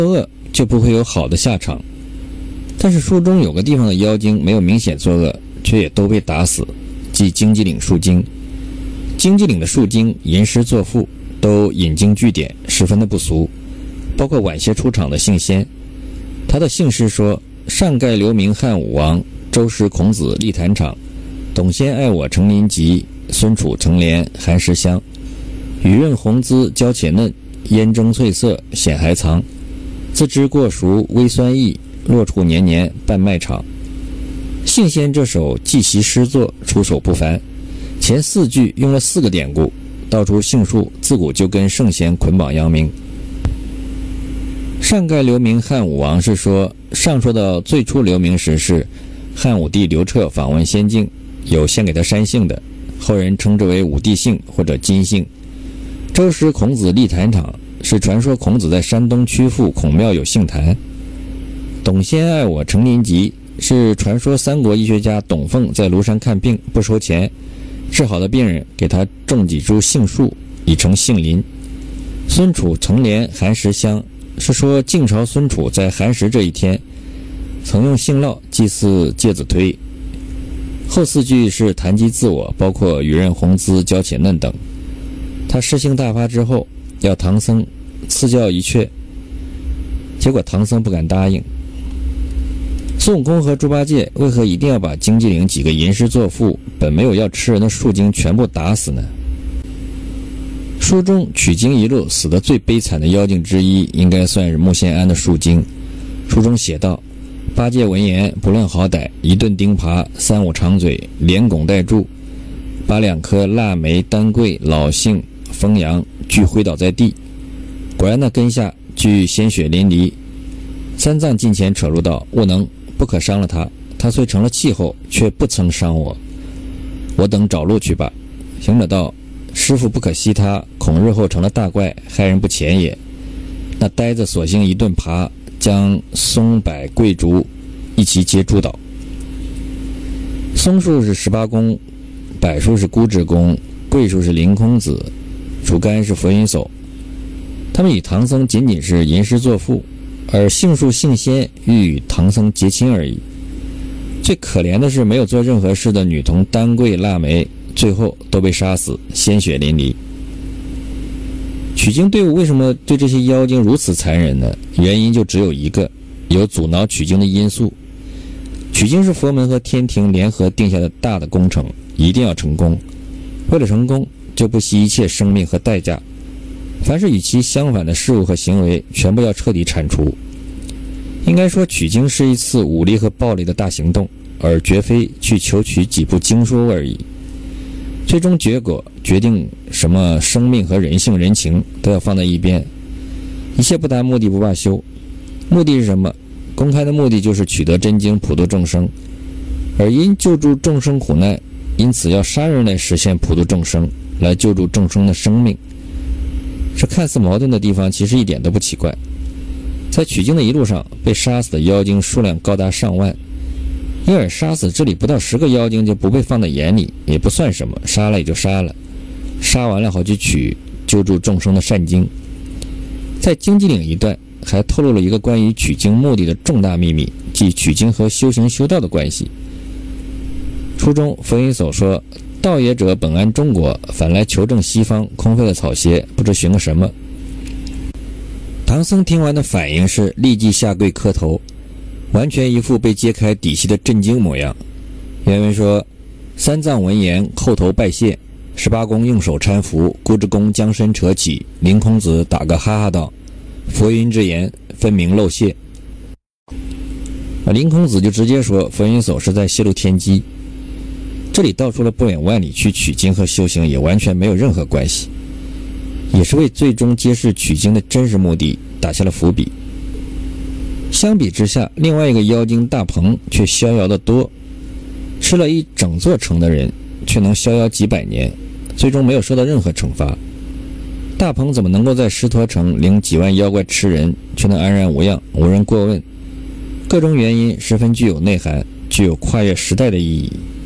作恶就不会有好的下场。但是书中有个地方的妖精没有明显作恶，却也都被打死，即荆棘岭树精。荆棘岭的树精吟诗作赋，都引经据典，十分的不俗，包括晚些出场的杏仙。他的杏诗说：上盖留名汉武王，周时孔子立坛场，董先爱我成林集，孙楚成莲寒食香，雨润红姿娇且嫩，烟蒸翠色显还藏，自知过熟微酸意，落处年年半卖场。杏仙这首记习诗作出手不凡，前4句用了4个典故，道出杏树自古就跟圣贤捆绑扬名。上盖留名汉武王是说，上说到最初留名时是汉武帝刘彻访问仙境，有献给他山杏的，后人称之为武帝杏或者金杏。周时孔子立坛场是传说孔子在山东曲阜孔庙有杏坛。董先爱我成林集是传说三国医学家董奉在庐山看病不收钱，治好的病人给他种几株杏树以成杏林。孙楚成莲寒食香是说晋朝孙楚在寒食这一天曾用杏酪祭祀介子推。后4句是谈及自我，包括雨润红姿娇且嫩等。他诗兴大发之后要唐僧赐教一阙，结果唐僧不敢答应。孙悟空和猪八戒为何一定要把荆棘岭几个吟诗作赋本没有要吃人的树精全部打死呢？书中取经一路死得最悲惨的妖精之一，应该算是木仙庵的树精。书中写道：八戒闻言不论好歹，一顿钉耙，3、5长嘴，连拱带柱，把2颗腊梅、丹桂、老杏、枫杨俱挥倒在地。果然那根下俱鲜血淋漓。三藏近前扯入道：勿能，不可伤了他，他虽成了气候，却不曾伤我，我等找路去吧。行者道：师父不可惜他，恐日后成了大怪，害人不浅也。那呆子索性一顿耙，将松柏桂竹一齐皆诛倒。松树是18公，柏树是孤稚公，桂树是凌空子，竹竿是佛云叟。他们与唐僧仅仅是吟诗作赋，而杏树杏仙欲与唐僧结亲而已。最可怜的是没有做任何事的女童丹桂、腊梅，最后都被杀死，鲜血淋漓。取经队伍为什么对这些妖精如此残忍呢？原因就只有一个，有阻挠取经的因素。取经是佛门和天庭联合定下的大的工程，一定要成功。为了成功，就不惜一切生命和代价，凡是与其相反的事物和行为，全部要彻底铲除。应该说，取经是一次武力和暴力的大行动，而绝非去求取几部经书而已。最终结果决定什么生命和人性人情都要放在一边，一切不达目的不罢休。目的是什么？公开的目的就是取得真经，普度众生。而因救助众生苦难，因此要杀人来实现普度众生，来救助众生的生命。这看似矛盾的地方，其实一点都不奇怪。在取经的一路上，被杀死的妖精数量高达上万，因而杀死这里不到10个妖精就不被放在眼里，也不算什么，杀了也就杀了，杀完了好去取救助众生的善经。在荆棘岭一段还透露了一个关于取经目的的重大秘密，即取经和修行修道的关系。书中佛云叟说：道也者本安中国，反来求证西方，空费了草鞋，不知寻个什么。唐僧听完的反应是立即下跪磕头，完全一副被揭开底细的震惊模样。原文说：三藏闻言叩头拜谢，18公用手搀扶，孤之公将身扯起，凌空子打个哈哈道：佛云之言分明漏泄。凌空子就直接说佛云叟是在泄露天机。这里道出了不远万里去取经和修行也完全没有任何关系，也是为最终揭示取经的真实目的打下了伏笔。相比之下，另外一个妖精大鹏却逍遥得多，吃了一整座城的人，却能逍遥几百年，最终没有受到任何惩罚。大鹏怎么能够在狮驼城领几万妖怪吃人，却能安然无恙，无人过问？各种原因十分具有内涵，具有跨越时代的意义。